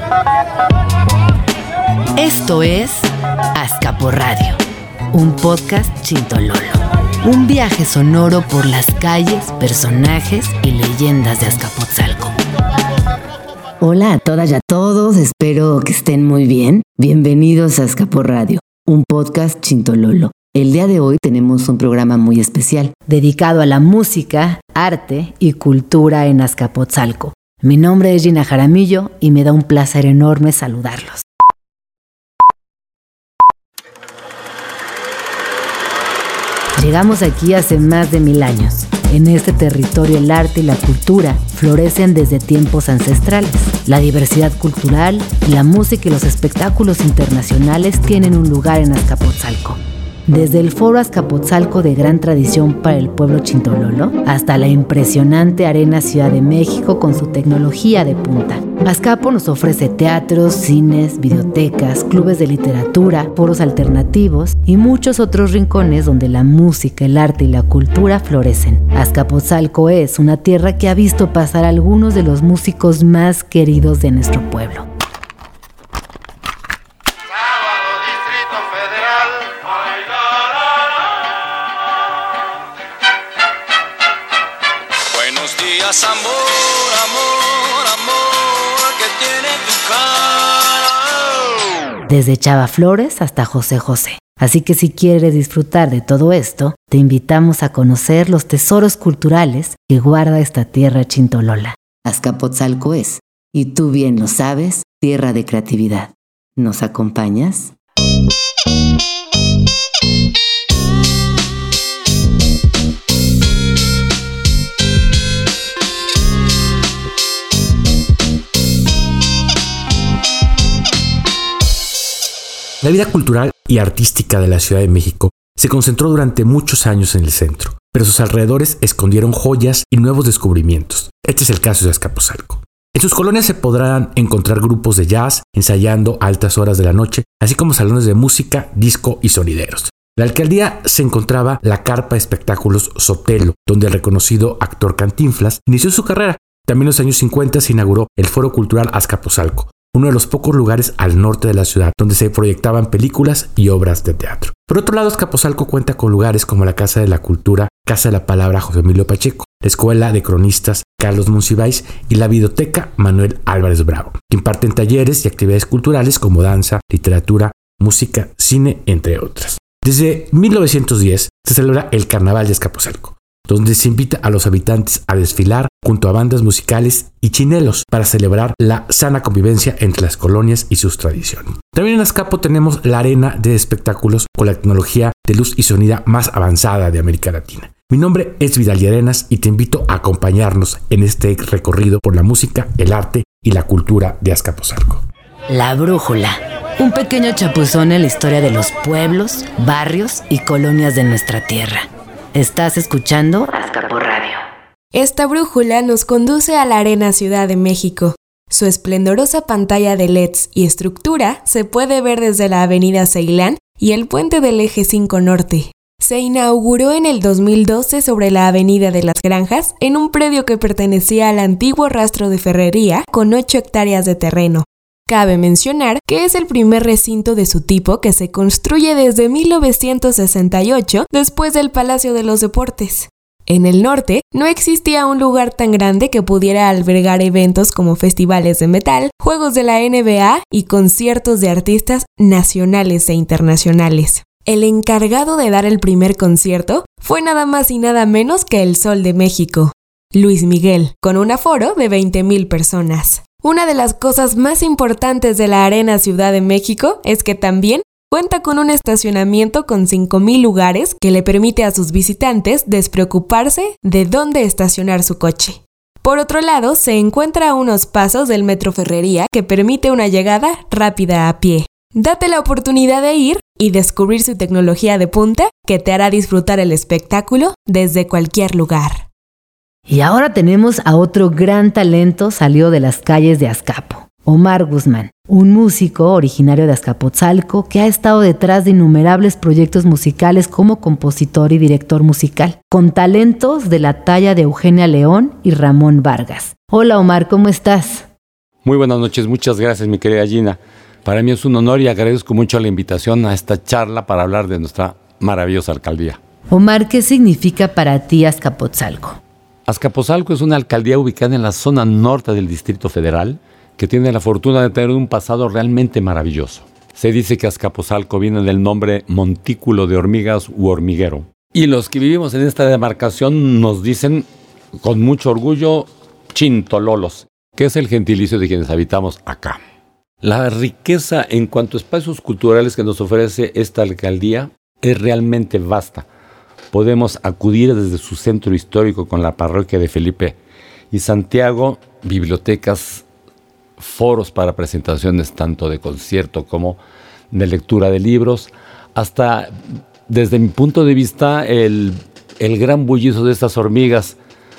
Esto es Azcaporradio, un podcast chintololo. Un viaje sonoro por las calles, personajes y leyendas de Azcapotzalco. Hola a todas y a todos, espero que estén muy bien. Bienvenidos a Azcaporradio, un podcast chintololo. El día de hoy tenemos un programa muy especial, dedicado a la música, arte y cultura en Azcapotzalco. Mi nombre es Gina Jaramillo y me da un placer enorme saludarlos. Llegamos aquí hace más de 1000 años. En este territorio el arte y la cultura florecen desde tiempos ancestrales. La diversidad cultural, la música y los espectáculos internacionales tienen un lugar en Azcapotzalco. Desde el Foro Azcapotzalco de gran tradición para el pueblo chintololo, hasta la impresionante Arena Ciudad de México con su tecnología de punta. Azcapo nos ofrece teatros, cines, videotecas, clubes de literatura, foros alternativos y muchos otros rincones donde la música, el arte y la cultura florecen. Azcapotzalco es una tierra que ha visto pasar a algunos de los músicos más queridos de nuestro pueblo. Amor, amor, amor, que tiene tu cara. Desde Chava Flores hasta José José. Así que si quieres disfrutar de todo esto, te invitamos a conocer los tesoros culturales que guarda esta tierra chintolola. Azcapotzalco es, y tú bien lo sabes, tierra de creatividad. ¿Nos acompañas? La vida cultural y artística de la Ciudad de México se concentró durante muchos años en el centro, pero sus alrededores escondieron joyas y nuevos descubrimientos. Este es el caso de Azcapotzalco. En sus colonias se podrán encontrar grupos de jazz ensayando a altas horas de la noche, así como salones de música, disco y sonideros. En la alcaldía se encontraba la carpa de espectáculos Sotelo, donde el reconocido actor Cantinflas inició su carrera. También en los años 50 se inauguró el Foro Cultural Azcapotzalco, uno de los pocos lugares al norte de la ciudad donde se proyectaban películas y obras de teatro. Por otro lado, Azcapotzalco cuenta con lugares como la Casa de la Cultura, Casa de la Palabra José Emilio Pacheco, la Escuela de Cronistas Carlos Monsiváis y la Videoteca Manuel Álvarez Bravo, que imparten talleres y actividades culturales como danza, literatura, música, cine, entre otras. Desde 1910 se celebra el Carnaval de Azcapotzalco, donde se invita a los habitantes a desfilar junto a bandas musicales y chinelos para celebrar la sana convivencia entre las colonias y sus tradiciones. También en Azcapo tenemos la arena de espectáculos con la tecnología de luz y sonido más avanzada de América Latina. Mi nombre es Vidal Arenas y te invito a acompañarnos en este recorrido por la música, el arte y la cultura de Azcapotzalco. La Brújula, un pequeño chapuzón en la historia de los pueblos, barrios y colonias de nuestra tierra. Estás escuchando Azcaporradio. Esta brújula nos conduce a la Arena Ciudad de México. Su esplendorosa pantalla de LEDs y estructura se puede ver desde la avenida Ceilán y el puente del Eje 5 Norte. Se inauguró en el 2012 sobre la avenida de las Granjas, en un predio que pertenecía al antiguo rastro de ferrería con 8 hectáreas de terreno. Cabe mencionar que es el primer recinto de su tipo que se construye desde 1968 después del Palacio de los Deportes. En el norte no existía un lugar tan grande que pudiera albergar eventos como festivales de metal, juegos de la NBA y conciertos de artistas nacionales e internacionales. El encargado de dar el primer concierto fue nada más y nada menos que el Sol de México, Luis Miguel, con un aforo de 20,000 personas. Una de las cosas más importantes de la Arena Ciudad de México es que también cuenta con un estacionamiento con 5,000 lugares que le permite a sus visitantes despreocuparse de dónde estacionar su coche. Por otro lado, se encuentra a unos pasos del Metro Ferrería que permite una llegada rápida a pie. Date la oportunidad de ir y descubrir su tecnología de punta que te hará disfrutar el espectáculo desde cualquier lugar. Y ahora tenemos a otro gran talento salido de las calles de Azcapo, Omar Guzmán, un músico originario de Azcapotzalco que ha estado detrás de innumerables proyectos musicales como compositor y director musical, con talentos de la talla de Eugenia León y Ramón Vargas. Hola Omar, ¿cómo estás? Muy buenas noches, muchas gracias mi querida Gina. Para mí es un honor y agradezco mucho la invitación a esta charla para hablar de nuestra maravillosa alcaldía. Omar, ¿qué significa para ti Azcapotzalco? Azcapotzalco es una alcaldía ubicada en la zona norte del Distrito Federal que tiene la fortuna de tener un pasado realmente maravilloso. Se dice que Azcapotzalco viene del nombre montículo de hormigas u hormiguero. Y los que vivimos en esta demarcación nos dicen con mucho orgullo chintololos, que es el gentilicio de quienes habitamos acá. La riqueza en cuanto a espacios culturales que nos ofrece esta alcaldía es realmente vasta. Podemos acudir desde su centro histórico con la parroquia de Felipe y Santiago, bibliotecas, foros para presentaciones tanto de concierto como de lectura de libros, hasta, desde mi punto de vista, el gran bullizo de estas hormigas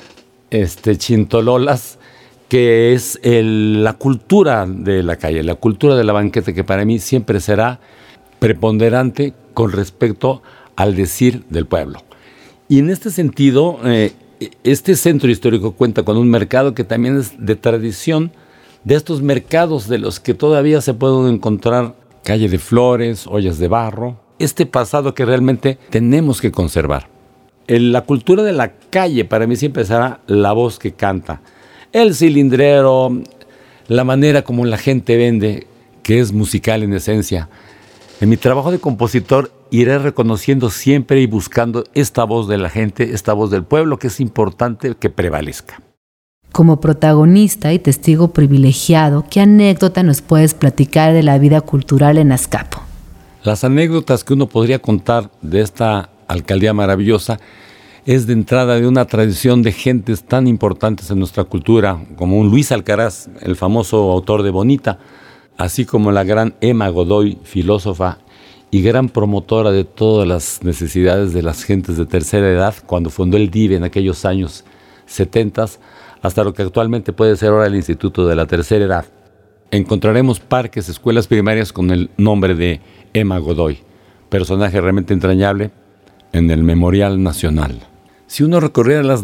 chintololas, que es la cultura de la calle, la cultura de la banqueta, que para mí siempre será preponderante con respecto al decir del pueblo. Y en este sentido, este centro histórico cuenta con un mercado que también es de tradición, de estos mercados de los que todavía se pueden encontrar calle de flores, ollas de barro, este pasado que realmente tenemos que conservar. La cultura de la calle para mí siempre será la voz que canta, el cilindrero, la manera como la gente vende, que es musical en esencia. En mi trabajo de compositor iré reconociendo siempre y buscando esta voz de la gente, esta voz del pueblo, que es importante que prevalezca. Como protagonista y testigo privilegiado, ¿qué anécdota nos puedes platicar de la vida cultural en Azcapo? Las anécdotas que uno podría contar de esta alcaldía maravillosa es de entrada de una tradición de gentes tan importantes en nuestra cultura, como un Luis Alcaraz, el famoso autor de Bonita, así como la gran Emma Godoy, filósofa y gran promotora de todas las necesidades de las gentes de tercera edad, cuando fundó el DIV en aquellos años 70, hasta lo que actualmente puede ser ahora el Instituto de la Tercera Edad. Encontraremos parques, escuelas primarias con el nombre de Emma Godoy, personaje realmente entrañable en el Memorial Nacional. Si uno recorriera las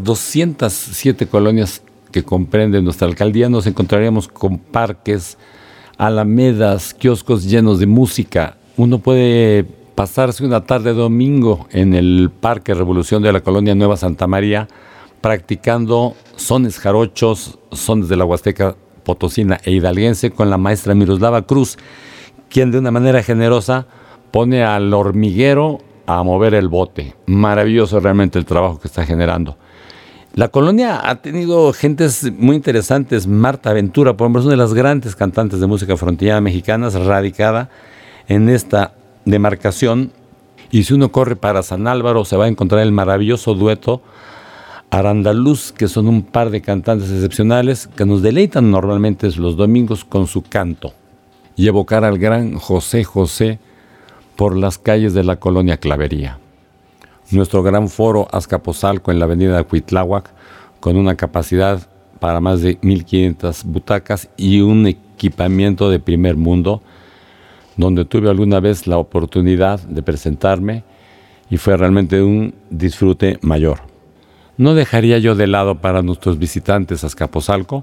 207 colonias que comprende nuestra alcaldía, nos encontraríamos con parques, alamedas, kioscos llenos de música. Uno puede pasarse una tarde domingo en el Parque Revolución de la colonia Nueva Santa María, practicando sones jarochos, sones de la Huasteca potosina e hidalguense con la maestra Miroslava Cruz, quien de una manera generosa pone al hormiguero a mover el bote. Maravilloso realmente el trabajo que está generando. La colonia ha tenido gentes muy interesantes. Marta Ventura, por ejemplo, es una de las grandes cantantes de música frontillana mexicanas, radicada en esta demarcación. Y si uno corre para San Álvaro, se va a encontrar el maravilloso dueto Arandaluz, que son un par de cantantes excepcionales que nos deleitan normalmente los domingos con su canto, y evocar al gran José José por las calles de la colonia Clavería. Nuestro gran foro Azcapotzalco en la avenida Cuitláhuac, con una capacidad para más de 1,500 butacas y un equipamiento de primer mundo, donde tuve alguna vez la oportunidad de presentarme y fue realmente un disfrute mayor. No dejaría yo de lado para nuestros visitantes a Azcapotzalco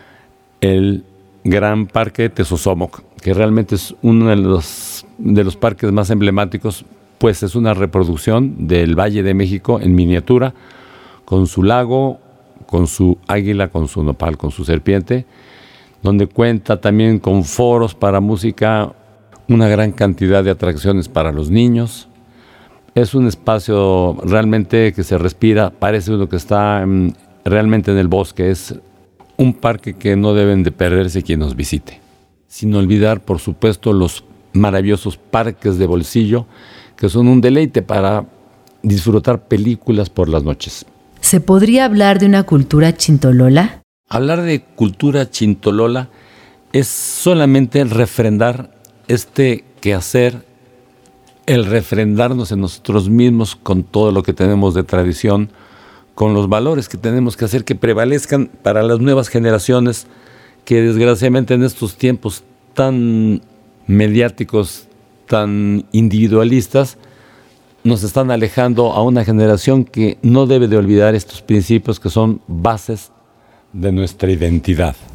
el gran parque Tezosomoc, que realmente es uno de los parques más emblemáticos, pues es una reproducción del Valle de México en miniatura, con su lago, con su águila, con su nopal, con su serpiente, donde cuenta también con foros para música, una gran cantidad de atracciones para los niños. Es un espacio realmente que se respira, parece uno que está realmente en el bosque. Es un parque que no deben de perderse quien nos visite. Sin olvidar, por supuesto, los maravillosos parques de bolsillo, que son un deleite para disfrutar películas por las noches. ¿Se podría hablar de una cultura chintolola? Hablar de cultura chintolola es solamente refrendar este quehacer, el refrendarnos en nosotros mismos con todo lo que tenemos de tradición, con los valores que tenemos que hacer que prevalezcan para las nuevas generaciones que desgraciadamente en estos tiempos tan mediáticos, tan individualistas, nos están alejando a una generación que no debe de olvidar estos principios que son bases de nuestra identidad.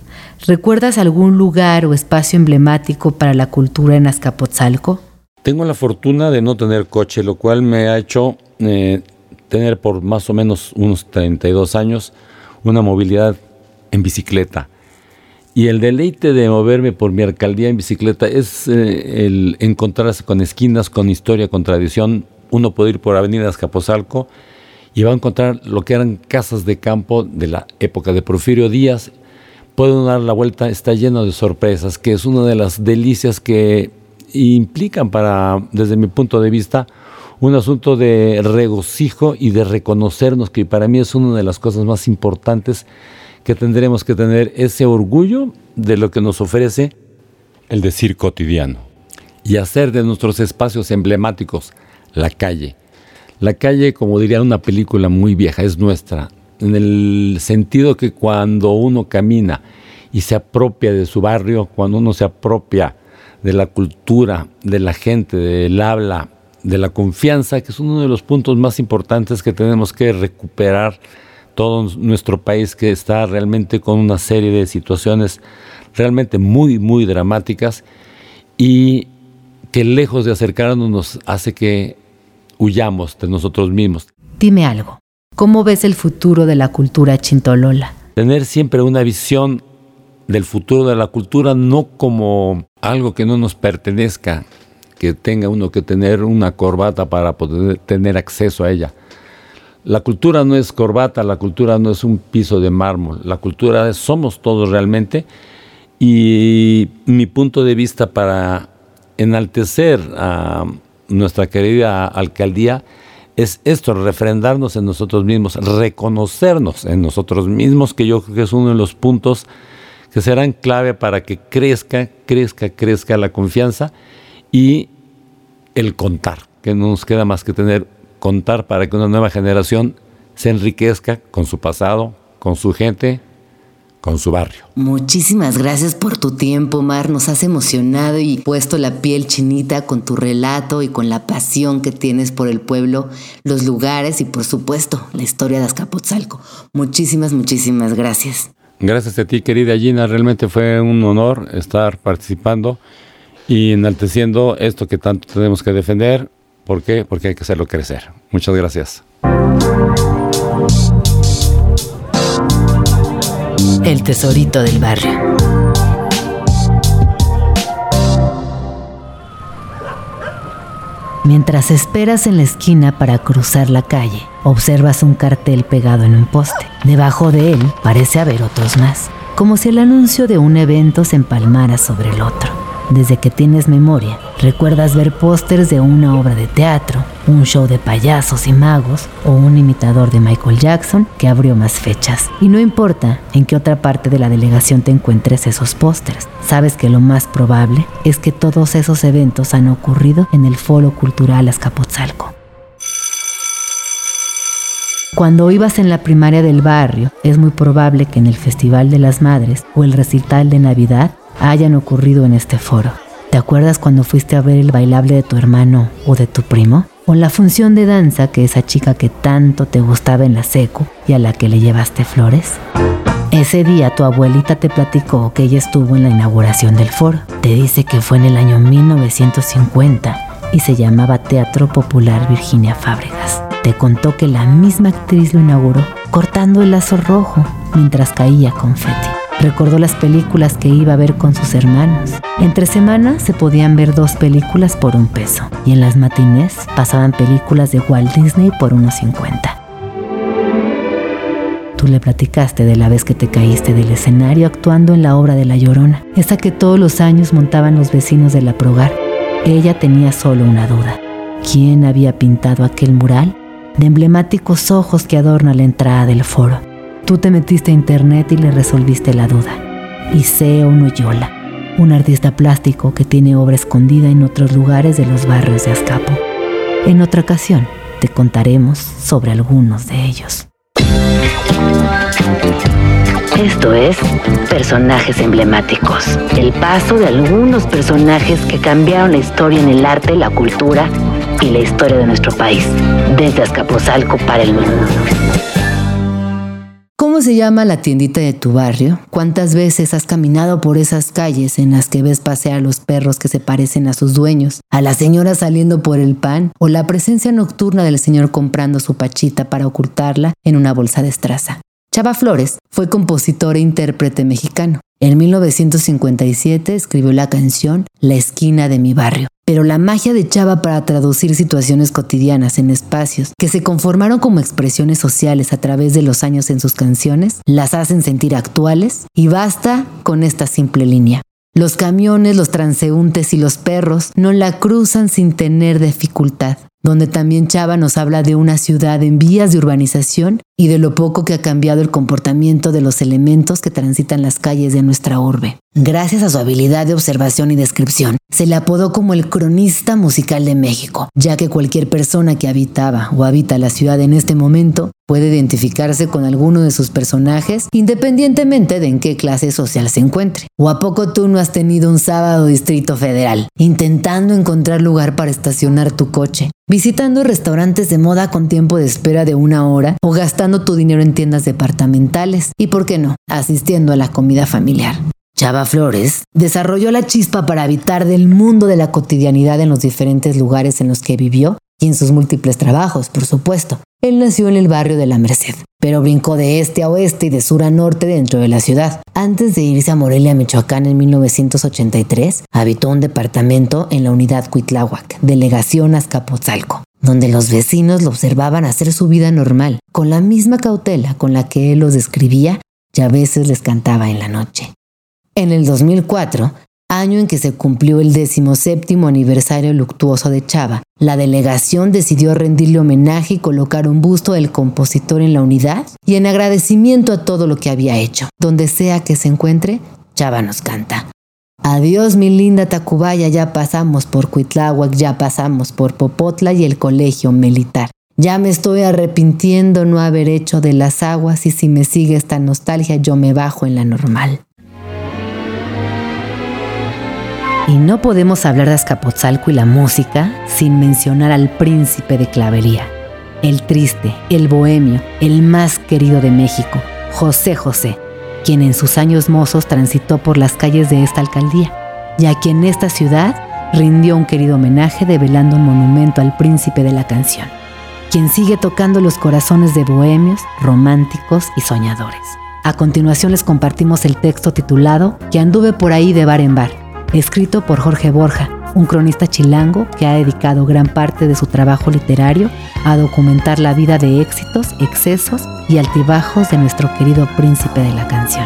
¿Recuerdas algún lugar o espacio emblemático para la cultura en Azcapotzalco? Tengo la fortuna de no tener coche, lo cual me ha hecho tener por más o menos unos 32 años una movilidad en bicicleta. Y el deleite de moverme por mi alcaldía en bicicleta es el encontrarse con esquinas, con historia, con tradición. Uno puede ir por Avenida Azcapotzalco y va a encontrar lo que eran casas de campo de la época de Porfirio Díaz. Puede uno dar la vuelta, está lleno de sorpresas, que es una de las delicias que implican desde mi punto de vista, un asunto de regocijo y de reconocernos, que para mí es una de las cosas más importantes que tendremos que tener, ese orgullo de lo que nos ofrece el decir cotidiano y hacer de nuestros espacios emblemáticos la calle. La calle, como diría una película muy vieja, es nuestra, en el sentido que cuando uno camina y se apropia de su barrio, cuando uno se apropia de la cultura, de la gente, del habla, de la confianza, que es uno de los puntos más importantes que tenemos que recuperar todo nuestro país, que está realmente con una serie de situaciones realmente muy, muy dramáticas y que lejos de acercarnos nos hace que huyamos de nosotros mismos. Dime algo, ¿cómo ves el futuro de la cultura chintolola? Tener siempre una visión del futuro de la cultura no como algo que no nos pertenezca, que tenga uno que tener una corbata para poder tener acceso a ella. La cultura no es corbata, la cultura no es un piso de mármol, la cultura somos todos realmente, y mi punto de vista para enaltecer a nuestra querida alcaldía es esto, refrendarnos en nosotros mismos, reconocernos en nosotros mismos, que yo creo que es uno de los puntos que serán clave para que crezca la confianza y el contar, que no nos queda más que contar para que una nueva generación se enriquezca con su pasado, con su gente, con su barrio. Muchísimas gracias por tu tiempo, Mar. Nos has emocionado y puesto la piel chinita con tu relato y con la pasión que tienes por el pueblo, los lugares y, por supuesto, la historia de Azcapotzalco. Muchísimas gracias. Gracias a ti, querida Gina. Realmente fue un honor estar participando y enalteciendo esto que tanto tenemos que defender. ¿Por qué? Porque hay que hacerlo crecer. Muchas gracias. El tesorito del barrio. Mientras esperas en la esquina para cruzar la calle, observas un cartel pegado en un poste. Debajo de él parece haber otros más, como si el anuncio de un evento se empalmara sobre el otro. Desde que tienes memoria, recuerdas ver pósters de una obra de teatro, un show de payasos y magos o un imitador de Michael Jackson que abrió más fechas. Y no importa en qué otra parte de la delegación te encuentres esos pósters, sabes que lo más probable es que todos esos eventos han ocurrido en el Foro Cultural Azcapotzalco. Cuando ibas en la primaria del barrio, es muy probable que en el Festival de las Madres o el recital de Navidad hayan ocurrido en este foro. ¿Te acuerdas cuando fuiste a ver el bailable de tu hermano o de tu primo? ¿O la función de danza que esa chica que tanto te gustaba en la secu y a la que le llevaste flores? Ese día tu abuelita te platicó que ella estuvo en la inauguración del foro. Te dice que fue en el año 1950 y se llamaba Teatro Popular Virginia Fábregas. Te contó que la misma actriz lo inauguró cortando el lazo rojo mientras caía confeti. Recordó las películas que iba a ver con sus hermanos. Entre semanas se podían ver 2 películas por $1 y en las matinés pasaban películas de Walt Disney por $1.50. Tú le platicaste de la vez que te caíste del escenario actuando en la obra de La Llorona, esa que todos los años montaban los vecinos de la Progar. Ella tenía solo una duda: ¿quién había pintado aquel mural de emblemáticos ojos que adorna la entrada del foro? Tú te metiste a internet y le resolviste la duda. Iseo Noyola, un artista plástico que tiene obra escondida en otros lugares de los barrios de Azcapo. En otra ocasión te contaremos sobre algunos de ellos. Esto es Personajes Emblemáticos, el paso de algunos personajes que cambiaron la historia en el arte, la cultura y la historia de nuestro país, desde Azcapotzalco para el mundo. ¿Cómo se llama la tiendita de tu barrio? ¿Cuántas veces has caminado por esas calles en las que ves pasear a los perros que se parecen a sus dueños, a la señora saliendo por el pan o la presencia nocturna del señor comprando su pachita para ocultarla en una bolsa de estraza? Chava Flores fue compositor e intérprete mexicano. En 1957 escribió la canción La esquina de mi barrio. Pero la magia de Chava para traducir situaciones cotidianas en espacios que se conformaron como expresiones sociales a través de los años en sus canciones, las hacen sentir actuales y basta con esta simple línea. Los camiones, los transeúntes y los perros no la cruzan sin tener dificultad. Donde también Chava nos habla de una ciudad en vías de urbanización y de lo poco que ha cambiado el comportamiento de los elementos que transitan las calles de nuestra urbe. Gracias a su habilidad de observación y descripción, se le apodó como el cronista musical de México, ya que cualquier persona que habitaba o habita la ciudad en este momento puede identificarse con alguno de sus personajes independientemente de en qué clase social se encuentre. ¿O a poco tú no has tenido un sábado Distrito Federal, intentando encontrar lugar para estacionar tu coche, visitando restaurantes de moda con tiempo de espera de 1 hora o gastando tu dinero en tiendas departamentales y, por qué no, asistiendo a la comida familiar? Chava Flores desarrolló la chispa para habitar del mundo de la cotidianidad en los diferentes lugares en los que vivió y en sus múltiples trabajos, por supuesto. Él nació en el barrio de La Merced, pero brincó de este a oeste y de sur a norte dentro de la ciudad. Antes de irse a Morelia, Michoacán en 1983, habitó un departamento en la unidad Cuitláhuac, delegación Azcapotzalco, donde los vecinos lo observaban hacer su vida normal, con la misma cautela con la que él los describía y a veces les cantaba en la noche. En el 2004, año en que se cumplió el 17º aniversario luctuoso de Chava, la delegación decidió rendirle homenaje y colocar un busto del compositor en la unidad y en agradecimiento a todo lo que había hecho. Donde sea que se encuentre, Chava nos canta. Adiós mi linda Tacubaya, ya pasamos por Cuitláhuac, ya pasamos por Popotla y el colegio militar. Ya me estoy arrepintiendo no haber hecho de las aguas y si me sigue esta nostalgia yo me bajo en la normal. Y no podemos hablar de Azcapotzalco y la música sin mencionar al príncipe de Clavería, el triste, el bohemio, el más querido de México, José José, quien en sus años mozos transitó por las calles de esta alcaldía, y a quien esta ciudad rindió un querido homenaje develando un monumento al príncipe de la canción, quien sigue tocando los corazones de bohemios, románticos y soñadores. A continuación les compartimos el texto titulado Que anduve por ahí de bar en bar, escrito por Jorge Borja, un cronista chilango que ha dedicado gran parte de su trabajo literario a documentar la vida de éxitos, excesos y altibajos de nuestro querido príncipe de la canción.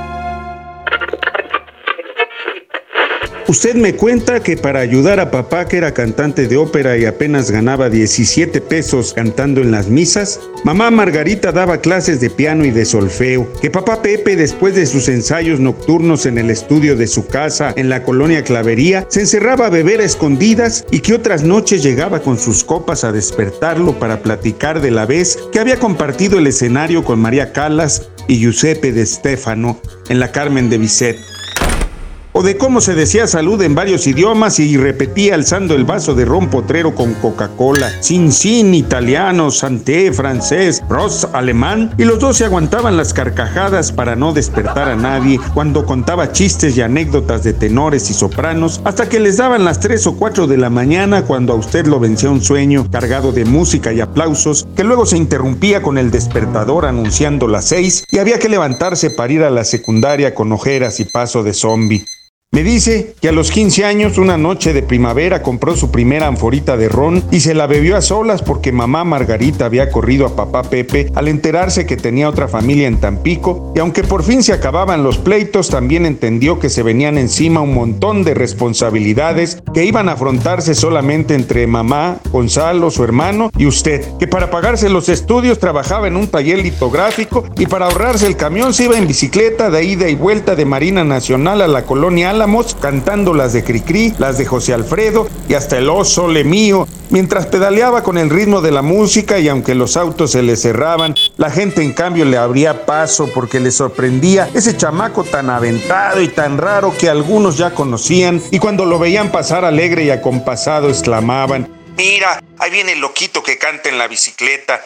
Usted me cuenta que para ayudar a papá, que era cantante de ópera y apenas ganaba 17 pesos cantando en las misas, mamá Margarita daba clases de piano y de solfeo, que papá Pepe, después de sus ensayos nocturnos en el estudio de su casa en la colonia Clavería, se encerraba a beber a escondidas y que otras noches llegaba con sus copas a despertarlo para platicar de la vez que había compartido el escenario con María Callas y Giuseppe de Stefano en la Carmen de Bizet. O de cómo se decía salud en varios idiomas y repetía alzando el vaso de ron potrero con Coca-Cola. Sin italiano, santé francés, Ross alemán, y los dos se aguantaban las carcajadas para no despertar a nadie cuando contaba chistes y anécdotas de tenores y sopranos hasta que les daban las 3 o 4 de la mañana cuando a usted lo vencía un sueño cargado de música y aplausos que luego se interrumpía con el despertador anunciando las 6 y había que levantarse para ir a la secundaria con ojeras y paso de zombi. Me dice que a los 15 años, una noche de primavera, compró su primera anforita de ron y se la bebió a solas porque mamá Margarita había corrido a papá Pepe al enterarse que tenía otra familia en Tampico, y aunque por fin se acababan los pleitos, también entendió que se venían encima un montón de responsabilidades que iban a afrontarse solamente entre mamá, Gonzalo, su hermano y usted, que para pagarse los estudios trabajaba en un taller litográfico y para ahorrarse el camión se iba en bicicleta de ida y vuelta de Marina Nacional a la colonia cantando las de Cricri, las de José Alfredo y hasta el Oh Sole Mío, mientras pedaleaba con el ritmo de la música, y aunque los autos se le cerraban, la gente en cambio le abría paso porque le sorprendía ese chamaco tan aventado y tan raro que algunos ya conocían, y cuando lo veían pasar alegre y acompasado exclamaban: «Mira, ahí viene el loquito que canta en la bicicleta».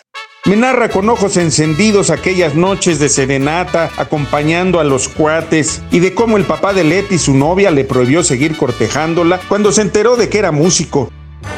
Me narra con ojos encendidos aquellas noches de serenata acompañando a los cuates y de cómo el papá de Leti, su novia, le prohibió seguir cortejándola cuando se enteró de que era músico.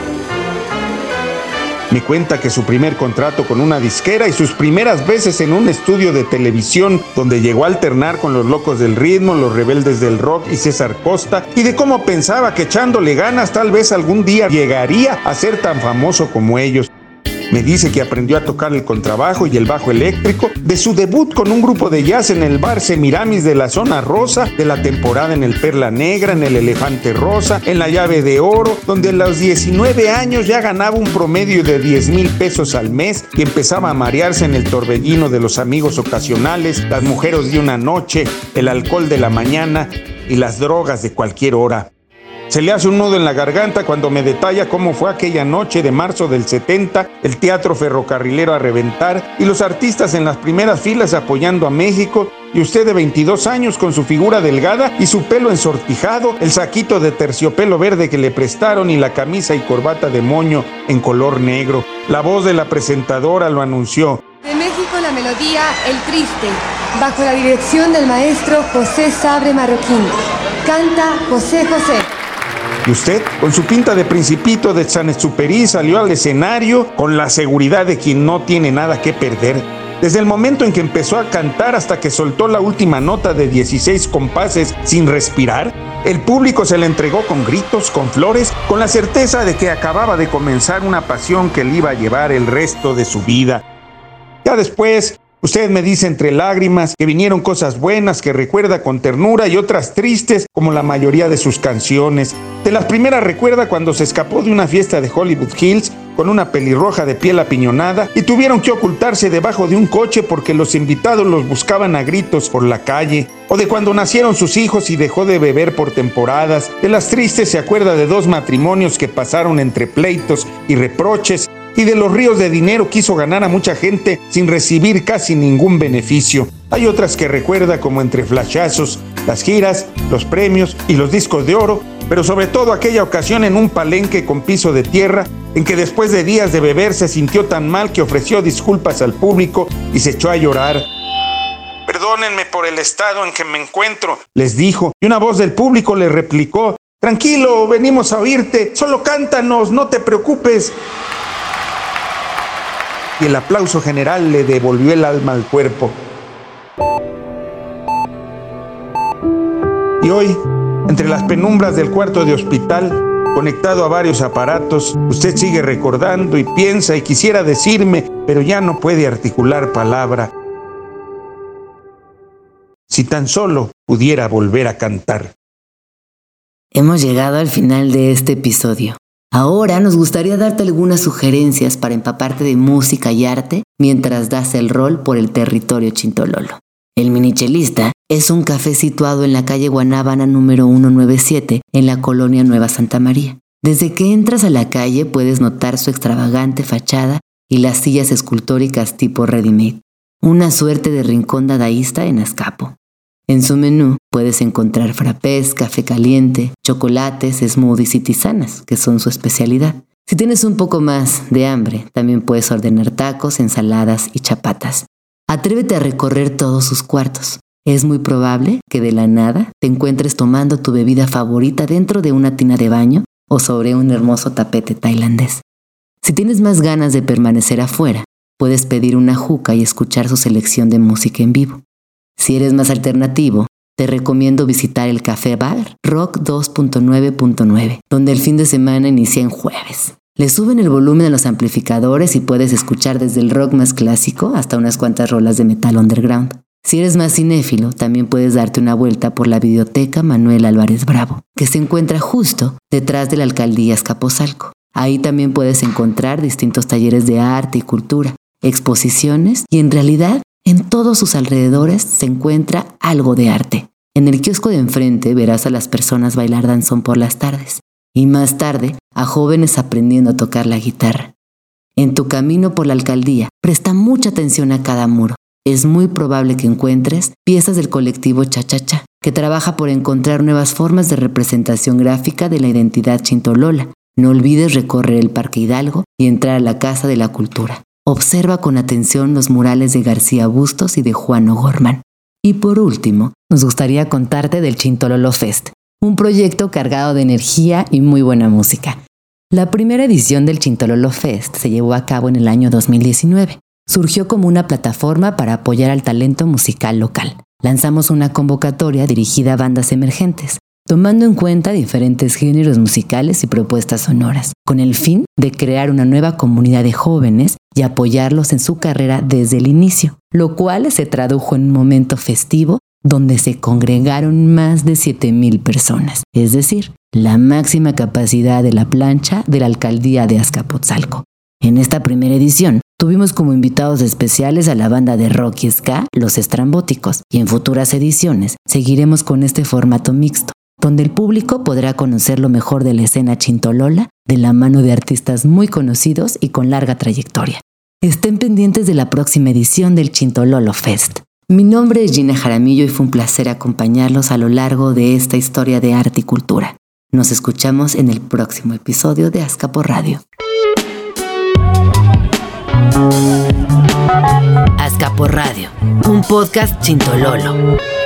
Me cuenta que su primer contrato con una disquera y sus primeras veces en un estudio de televisión donde llegó a alternar con los Locos del Ritmo, los Rebeldes del Rock y César Costa, y de cómo pensaba que echándole ganas tal vez algún día llegaría a ser tan famoso como ellos. Me dice que aprendió a tocar el contrabajo y el bajo eléctrico de su debut con un grupo de jazz en el bar Semiramis de la Zona Rosa, de la temporada en el Perla Negra, en el Elefante Rosa, en la Llave de Oro, donde a los 19 años ya ganaba un promedio de 10,000 pesos al mes y empezaba a marearse en el torbellino de los amigos ocasionales, las mujeres de una noche, el alcohol de la mañana y las drogas de cualquier hora. Se le hace un nudo en la garganta cuando me detalla cómo fue aquella noche de marzo del 70, el teatro ferrocarrilero a reventar y los artistas en las primeras filas apoyando a México, y usted de 22 años con su figura delgada y su pelo ensortijado, el saquito de terciopelo verde que le prestaron y la camisa y corbata de moño en color negro. La voz de la presentadora lo anunció. De México la melodía El Triste, bajo la dirección del maestro José Sabre Marroquín. Canta José José. Y usted, con su pinta de principito de Saint-Exupéry, salió al escenario con la seguridad de quien no tiene nada que perder. Desde el momento en que empezó a cantar hasta que soltó la última nota de 16 compases sin respirar, el público se le entregó con gritos, con flores, con la certeza de que acababa de comenzar una pasión que le iba a llevar el resto de su vida. Ya después, usted me dice entre lágrimas que vinieron cosas buenas que recuerda con ternura y otras tristes, como la mayoría de sus canciones. De las primeras recuerda cuando se escapó de una fiesta de Hollywood Hills con una pelirroja de piel apiñonada y tuvieron que ocultarse debajo de un coche porque los invitados los buscaban a gritos por la calle. O de cuando nacieron sus hijos y dejó de beber por temporadas. De las tristes se acuerda de 2 matrimonios que pasaron entre pleitos y reproches, y de los ríos de dinero que hizo ganar a mucha gente sin recibir casi ningún beneficio. Hay otras que recuerda como entre flashazos, las giras, los premios y los discos de oro, pero sobre todo aquella ocasión en un palenque con piso de tierra, en que después de días de beber se sintió tan mal que ofreció disculpas al público y se echó a llorar. Perdónenme por el estado en que me encuentro, les dijo, y una voz del público le replicó, tranquilo, venimos a oírte, solo cántanos, no te preocupes. Y el aplauso general le devolvió el alma al cuerpo. Y hoy, entre las penumbras del cuarto de hospital, conectado a varios aparatos, usted sigue recordando y piensa y quisiera decirme, pero ya no puede articular palabra. Si tan solo pudiera volver a cantar. Hemos llegado al final de este episodio. Ahora nos gustaría darte algunas sugerencias para empaparte de música y arte mientras das el rol por el territorio chintololo. El Minichelista es un café situado en la calle Guanábana número 197 en la colonia Nueva Santa María. Desde que entras a la calle puedes notar su extravagante fachada y las sillas escultóricas tipo ready-made. Una suerte de rincón dadaísta en Azcapo. En su menú puedes encontrar frappés, café caliente, chocolates, smoothies y tisanas, que son su especialidad. Si tienes un poco más de hambre, también puedes ordenar tacos, ensaladas y chapatas. Atrévete a recorrer todos sus cuartos. Es muy probable que de la nada te encuentres tomando tu bebida favorita dentro de una tina de baño o sobre un hermoso tapete tailandés. Si tienes más ganas de permanecer afuera, puedes pedir una juca y escuchar su selección de música en vivo. Si eres más alternativo, te recomiendo visitar el Café Bar Rock 2.9.9, donde el fin de semana inicia en jueves. Le suben el volumen a los amplificadores y puedes escuchar desde el rock más clásico hasta unas cuantas rolas de metal underground. Si eres más cinéfilo, también puedes darte una vuelta por la Videoteca Manuel Álvarez Bravo, que se encuentra justo detrás de la Alcaldía Azcapotzalco. Ahí también puedes encontrar distintos talleres de arte y cultura, exposiciones y en realidad en todos sus alrededores se encuentra algo de arte. En el kiosco de enfrente verás a las personas bailar danzón por las tardes y más tarde a jóvenes aprendiendo a tocar la guitarra. En tu camino por la alcaldía, presta mucha atención a cada muro. Es muy probable que encuentres piezas del colectivo Cha-Cha-Cha, que trabaja por encontrar nuevas formas de representación gráfica de la identidad chintolola. No olvides recorrer el Parque Hidalgo y entrar a la Casa de la Cultura. Observa con atención los murales de García Bustos y de Juan O'Gorman. Y por último, nos gustaría contarte del Chintololo Fest, un proyecto cargado de energía y muy buena música. La primera edición del Chintololo Fest se llevó a cabo en el año 2019. Surgió como una plataforma para apoyar al talento musical local. Lanzamos una convocatoria dirigida a bandas emergentes, tomando en cuenta diferentes géneros musicales y propuestas sonoras, con el fin de crear una nueva comunidad de jóvenes y apoyarlos en su carrera desde el inicio, lo cual se tradujo en un momento festivo donde se congregaron más de 7,000 personas, es decir, la máxima capacidad de la plancha de la alcaldía de Azcapotzalco. En esta primera edición, tuvimos como invitados especiales a la banda de rock y ska Los Estrambóticos, y en futuras ediciones seguiremos con este formato mixto, donde el público podrá conocer lo mejor de la escena chintolola de la mano de artistas muy conocidos y con larga trayectoria. Estén pendientes de la próxima edición del Chintololo Fest. Mi nombre es Gina Jaramillo y fue un placer acompañarlos a lo largo de esta historia de arte y cultura. Nos escuchamos en el próximo episodio de Azcapo Radio. Azcapo Radio, un podcast chintololo.